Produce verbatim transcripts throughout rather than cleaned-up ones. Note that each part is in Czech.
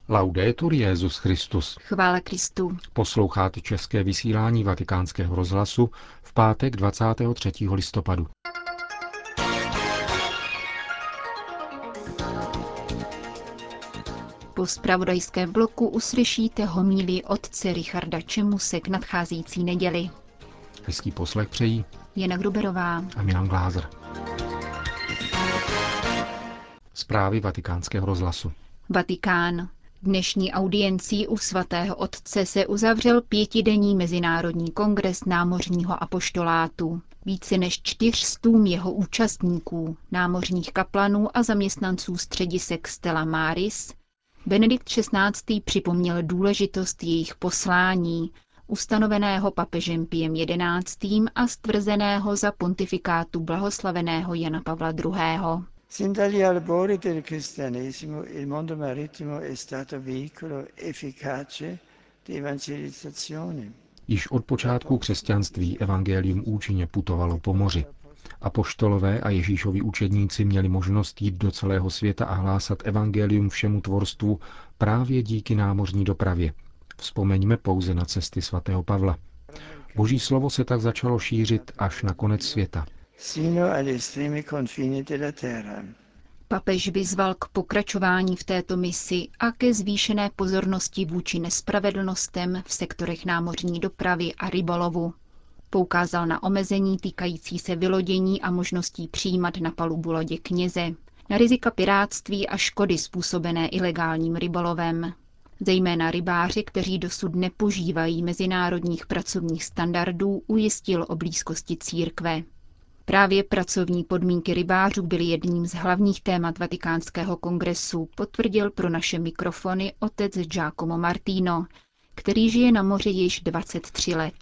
Laudetur Jesus Christus. Chvála Kristu. Posloucháte české vysílání Vatikánského rozhlasu v pátek dvacátého třetího listopadu. Po zpravodajském bloku uslyšíte homílii otce Richarda Čemuse k nadcházející neděli. Hezký poslech přejí Jana Gruberová a Milan Glázer. Zprávy Vatikánského rozhlasu. Vatikán. Dnešní audiencí u svatého otce se uzavřel pětidenní mezinárodní kongres námořního apoštolátu. Více než čtyřstům jeho účastníků, námořních kaplanů a zaměstnanců středisek Stella Maris, Benedikt šestnáctý. Připomněl důležitost jejich poslání, ustanoveného papežem Piem jedenáctým. A stvrzeného za pontifikátu blahoslaveného Jana Pavla druhého. Sin dagli albori del cristianesimo il mondo marittimo è stato veicolo efficace di evangelizzazione. Již od počátku křesťanství evangelium účinně putovalo po moři. Apoštolové a Ježíšovi učedníci měli možnost jít do celého světa a hlásat evangelium všemu tvorstvu právě díky námořní dopravě. Vzpomeňme pouze na cesty svatého Pavla. Boží slovo se tak začalo šířit až na konec světa. Sino agli estremi confini della terra. Papež vyzval k pokračování v této misi a ke zvýšené pozornosti vůči nespravedlnostem v sektorech námořní dopravy a rybolovu. Poukázal na omezení týkající se vylodění a možností přijímat na palubu lodě kněze, na rizika pirátství a škody způsobené ilegálním rybolovem. Zejména rybáři, kteří dosud nepožívají mezinárodních pracovních standardů, ujistil o blízkosti církve. Právě pracovní podmínky rybářů byly jedním z hlavních témat Vatikánského kongresu, potvrdil pro naše mikrofony otec Giacomo Martino, který žije na moři již dvacet tři let.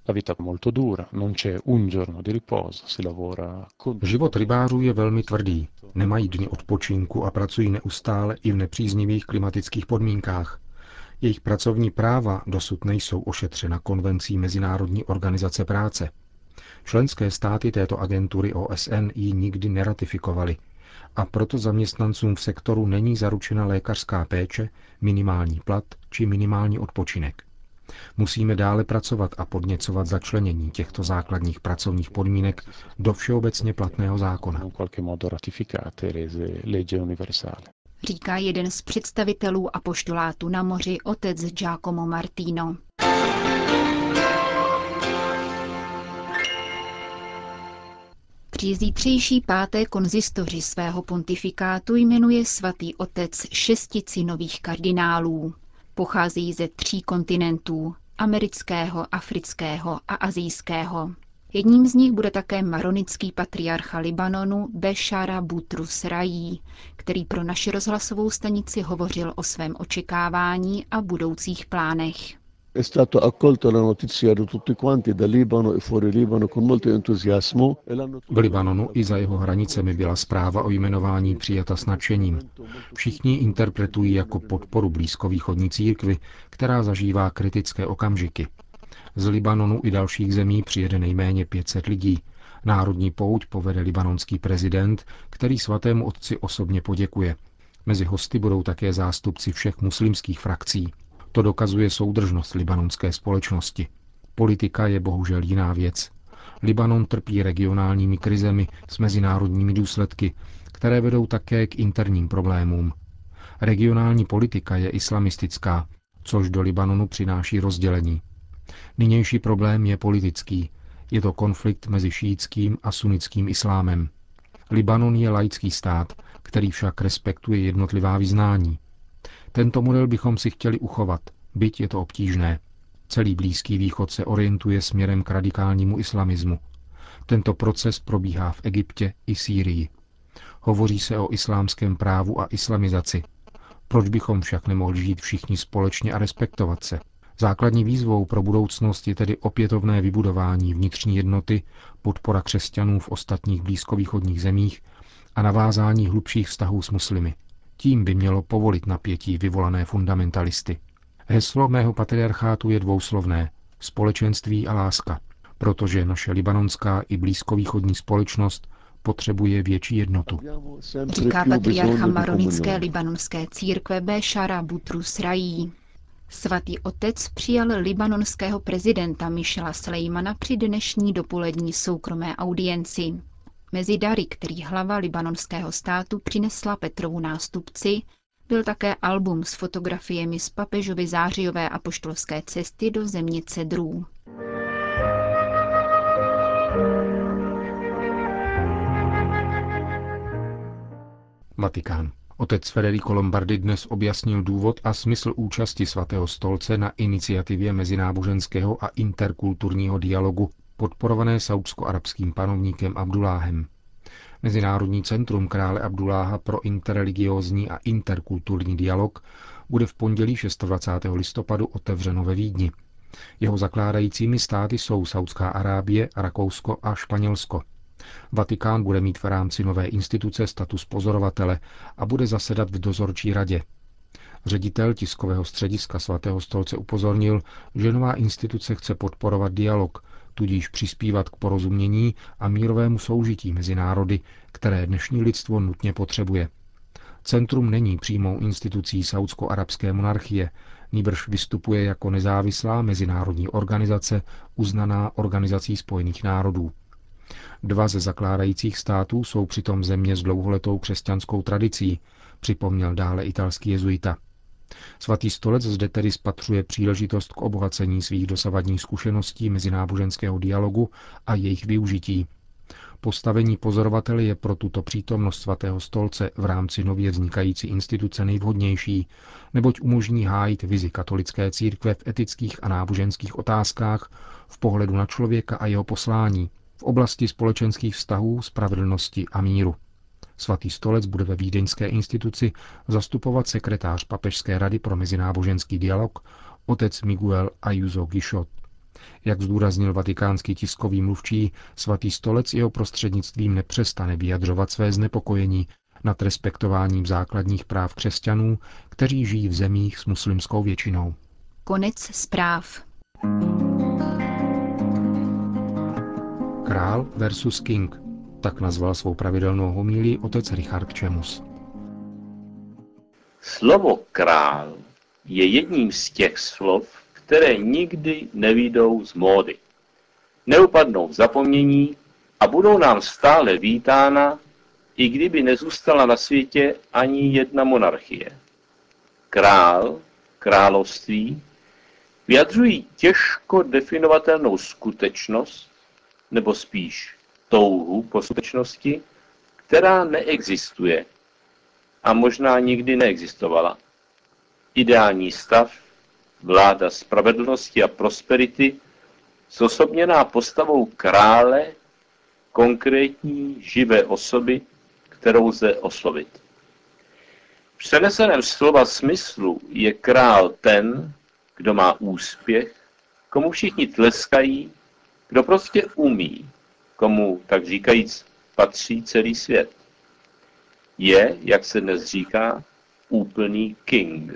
Život rybářů je velmi tvrdý. Nemají dny odpočinku a pracují neustále i v nepříznivých klimatických podmínkách. Jejich pracovní práva dosud nejsou ošetřena konvencí Mezinárodní organizace práce. Členské státy této agentury O S N ji nikdy neratifikovaly a proto zaměstnancům v sektoru není zaručena lékařská péče, minimální plat či minimální odpočinek. Musíme dále pracovat a podněcovat začlenění těchto základních pracovních podmínek do všeobecně platného zákona. Říká jeden z představitelů apoštolátu na moři otec Giacomo Martino. Při zítřejší páté konzistoři svého pontifikátu jmenuje svatý otec šestici nových kardinálů. Pocházejí ze tří kontinentů, amerického, afrického a asijského. Jedním z nich bude také maronický patriarcha Libanonu Bešara Butrus Rají, který pro naši rozhlasovou stanici hovořil o svém očekávání a budoucích plánech. È stato accolto la notizia da tutti quanti da Libano e fuori Libano con molto entusiasmo. V Libanonu i za jeho hranicemi byla zpráva o jmenování přijata s nadšením. Všichni interpretují jako podporu blízkovýchodní církvi, která zažívá kritické okamžiky. Z Libanonu i dalších zemí přijede nejméně pět set lidí. Národní pouť povede libanonský prezident, který svatému otci osobně poděkuje. Mezi hosty budou také zástupci všech muslimských frakcí. To dokazuje soudržnost libanonské společnosti. Politika je bohužel jiná věc. Libanon trpí regionálními krizemi s mezinárodními důsledky, které vedou také k interním problémům. Regionální politika je islamistická, což do Libanonu přináší rozdělení. Nynější problém je politický. Je to konflikt mezi šíitským a sunnickým islámem. Libanon je laický stát, který však respektuje jednotlivá vyznání. Tento model bychom si chtěli uchovat, byť je to obtížné. Celý Blízký východ se orientuje směrem k radikálnímu islamismu. Tento proces probíhá v Egyptě i Sýrii. Hovoří se o islámském právu a islamizaci. Proč bychom však nemohli žít všichni společně a respektovat se? Základní výzvou pro budoucnost je tedy opětovné vybudování vnitřní jednoty, podpora křesťanů v ostatních blízkovýchodních zemích a navázání hlubších vztahů s muslimy. Tím by mělo povolit napětí vyvolané fundamentalisty. Heslo mého patriarchátu je dvouslovné – společenství a láska, protože naše libanonská i blízkovýchodní společnost potřebuje větší jednotu. Říká patriarcha maronitské libanonské církve Béšara Butrus Rají. Svatý otec přijal libanonského prezidenta Michela Slejmana při dnešní dopolední soukromé audienci. Mezi dary, který hlava libanonského státu přinesla Petrovu nástupci, byl také album s fotografiemi z papežovy zářijové apoštolské cesty do země cedrů. Vatikán. Otec Federico Lombardi dnes objasnil důvod a smysl účasti Svatého stolce na iniciativě mezináboženského a interkulturního dialogu podporované saúdsko-arabským panovníkem Abdulláhem. Mezinárodní centrum krále Abdulláha pro interreligiózní a interkulturní dialog bude v pondělí dvacátého šestého listopadu otevřeno ve Vídni. Jeho zakládajícími státy jsou Saudská Arábie, Rakousko a Španělsko. Vatikán bude mít v rámci nové instituce status pozorovatele a bude zasedat v dozorčí radě. Ředitel tiskového střediska Svatého stolce upozornil, že nová instituce chce podporovat dialog, tudíž přispívat k porozumění a mírovému soužití mezi národy, které dnešní lidstvo nutně potřebuje. Centrum není přímou institucí saúdsko-arabské monarchie, nýbrž vystupuje jako nezávislá mezinárodní organizace uznaná Organizací spojených národů. Dva ze zakládajících států jsou přitom země s dlouholetou křesťanskou tradicí, připomněl dále italský jezuita. Svatý stolec zde tedy spatřuje příležitost k obohacení svých dosavadních zkušeností mezináboženského dialogu a jejich využití. Postavení pozorovatele je pro tuto přítomnost Svatého stolce v rámci nově vznikající instituce nejvhodnější, neboť umožní hájit vizi katolické církve v etických a náboženských otázkách v pohledu na člověka a jeho poslání, v oblasti společenských vztahů, spravedlnosti a míru. Svatý stolec bude ve vídeňské instituci zastupovat sekretář Papežské rady pro mezináboženský dialog otec Miguel Ayuso Guichot. Jak zdůraznil vatikánský tiskový mluvčí, Svatý stolec jeho prostřednictvím nepřestane vyjadřovat své znepokojení nad respektováním základních práv křesťanů, kteří žijí v zemích s muslimskou většinou. Konec zpráv. Král versus King. Tak nazval svou pravidelnou homílii otec Richard Čemus. Slovo král je jedním z těch slov, které nikdy nevyjdou z módy. Neupadnou v zapomnění a budou nám stále vítána, i kdyby nezůstala na světě ani jedna monarchie. Král, království vyjadřují těžko definovatelnou skutečnost, nebo spíš touhu po skutečnosti, která neexistuje a možná nikdy neexistovala. Ideální stav, vláda spravedlnosti a prosperity, zosobněná postavou krále, konkrétní živé osoby, kterou lze oslovit. V přeneseném slova smyslu je král ten, kdo má úspěch, komu všichni tleskají, kdo prostě umí, komu, tak říkajíc, patří celý svět. Je, jak se dnes říká, úplný king.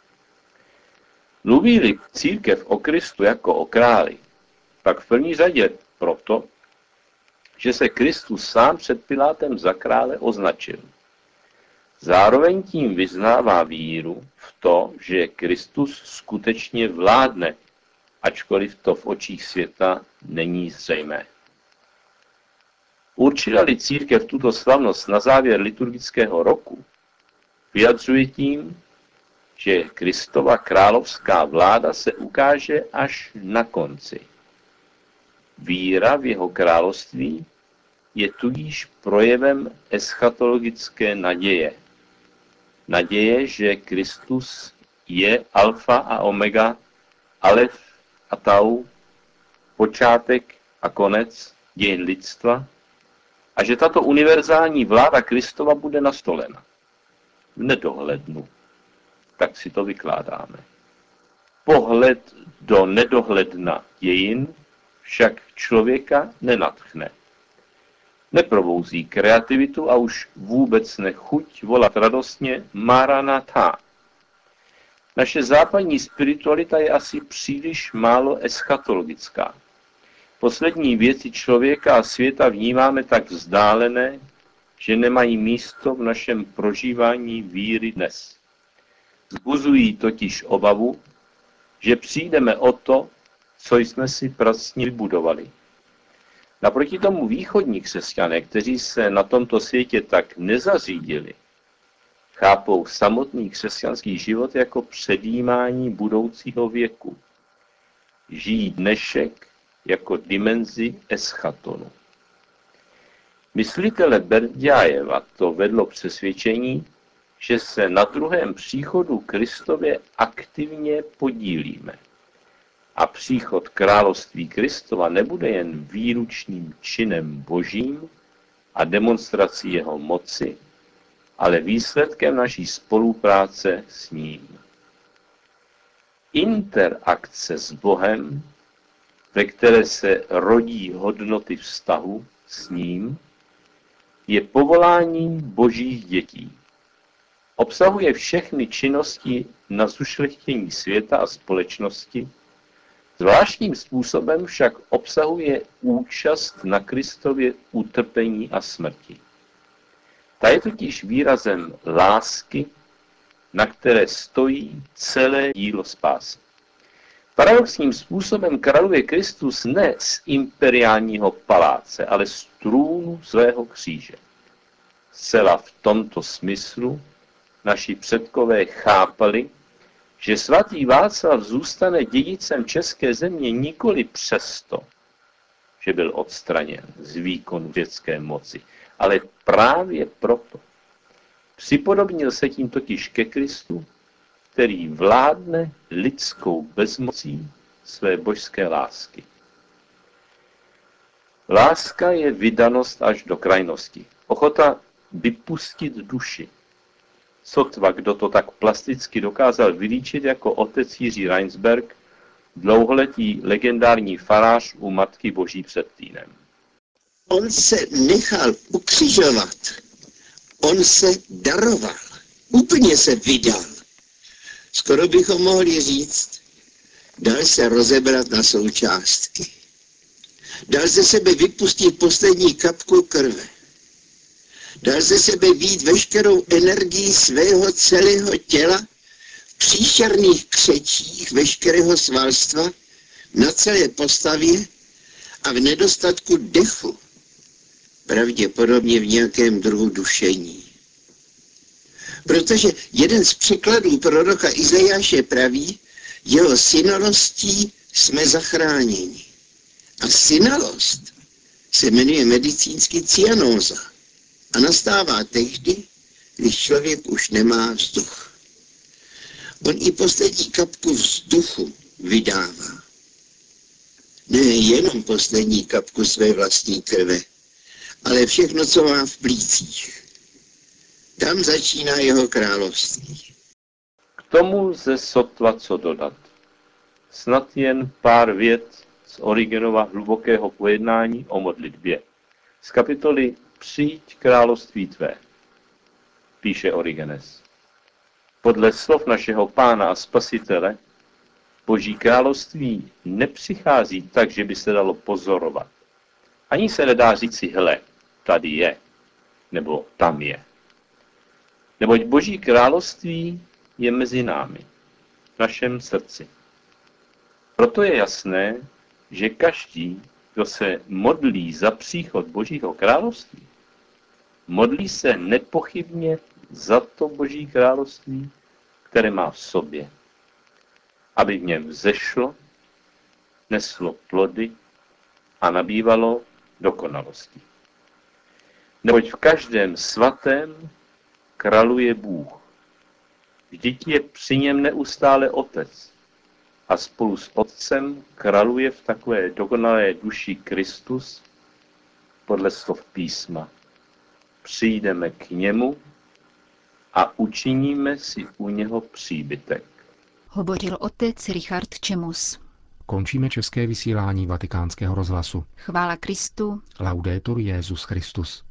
Mluví-li církev o Kristu jako o králi, pak v první řadě proto, že se Kristus sám před Pilátem za krále označil. Zároveň tím vyznává víru v to, že Kristus skutečně vládne, ačkoliv to v očích světa není zřejmé. Určila-li církev tuto slavnost na závěr liturgického roku, vyjadřuje tím, že Kristova královská vláda se ukáže až na konci. Víra v jeho království je tudíž projevem eschatologické naděje. Naděje, že Kristus je alfa a omega, alef a tau, počátek a konec dějin lidstva a že tato univerzální vláda Kristova bude nastolena. V nedohlednu. Tak si to vykládáme. Pohled do nedohledna dějin však člověka nenadchne. Neprobouzí kreativitu a už vůbec nechuť volat radostně Maranatha. Naše západní spiritualita je asi příliš málo eschatologická. Poslední věci člověka a světa vnímáme tak vzdálené, že nemají místo v našem prožívání víry dnes. Vzbuzují totiž obavu, že přijdeme o to, co jsme si pracně vybudovali. Naproti tomu východní křesťané, kteří se na tomto světě tak nezařídili, chápou samotný křesťanský život jako předjímání budoucího věku. Žijí dnešek jako dimenzi eschatonu. Myslitele Berďájeva to vedlo přesvědčení, že se na druhém příchodu Kristově aktivně podílíme. A příchod království Kristova nebude jen výlučným činem božím a demonstrací jeho moci, ale výsledkem naší spolupráce s ním. Interakce s Bohem, ve které se rodí hodnoty vztahu s ním, je povoláním božích dětí. Obsahuje všechny činnosti na zušlechtění světa a společnosti, zvláštním způsobem však obsahuje účast na Kristově utrpení a smrti. Ta je totiž výrazem lásky, na které stojí celé dílo spásy. Paradoxním způsobem králuje Kristus ne z imperiálního paláce, ale z trůnu svého kříže. Zcela v tomto smyslu naši předkové chápali, že svatý Václav zůstane dědicem české země nikoli přesto, že byl odstraněn z výkonu světské moci, ale právě proto. Připodobnil se tím totiž ke Kristu, který vládne lidskou bezmocí své božské lásky. Láska je vydanost až do krajnosti. Ochota vypustit duši. Sotva kdo to tak plasticky dokázal vylíčit jako otec Jiří Reinsberg, dlouholetý legendární farář u Matky Boží před Týnem. On se nechal ukřižovat. On se daroval. Úplně se vydal. Skoro bychom mohli říct, dal se rozebrat na součástky. Dal ze sebe vypustit poslední kapku krve. Dal ze sebe vít veškerou energii svého celého těla v příšerných křečích veškerého svalstva na celé postavě a v nedostatku dechu, pravděpodobně v nějakém druhu dušení. Protože jeden z překladů proroka Izajáše praví, jeho synalostí jsme zachráněni. A synalost se jmenuje medicínsky cyanóza a nastává tehdy, když člověk už nemá vzduch. On i poslední kapku vzduchu vydává. Ne jenom poslední kapku své vlastní krve, ale všechno, co má v plících. Tam začíná jeho království. K tomu lze sotva co dodat. Snad jen pár vět z Origenova hlubokého pojednání o modlitbě. Z kapitoly Přijď království tvé, píše Origenes. Podle slov našeho Pána a Spasitele, Boží království nepřichází tak, že by se dalo pozorovat. Ani se nedá říci, hele, tady je, nebo tam je. Neboť Boží království je mezi námi, v našem srdci. Proto je jasné, že každý, kdo se modlí za příchod Božího království, modlí se nepochybně za to Boží království, které má v sobě, aby v něm vzešlo, neslo plody a nabývalo dokonalostí. Neboť v každém svatém králuje Bůh. Vždyť je při něm neustále Otec a spolu s Otcem králuje v takové dokonalé duši Kristus podle slov písma. Přijdeme k němu a učiníme si u něho příbytek. Hovořil otec Richard Čemus. Končíme české vysílání Vatikánského rozhlasu. Chvála Kristu. Laudetur Jesus Christus.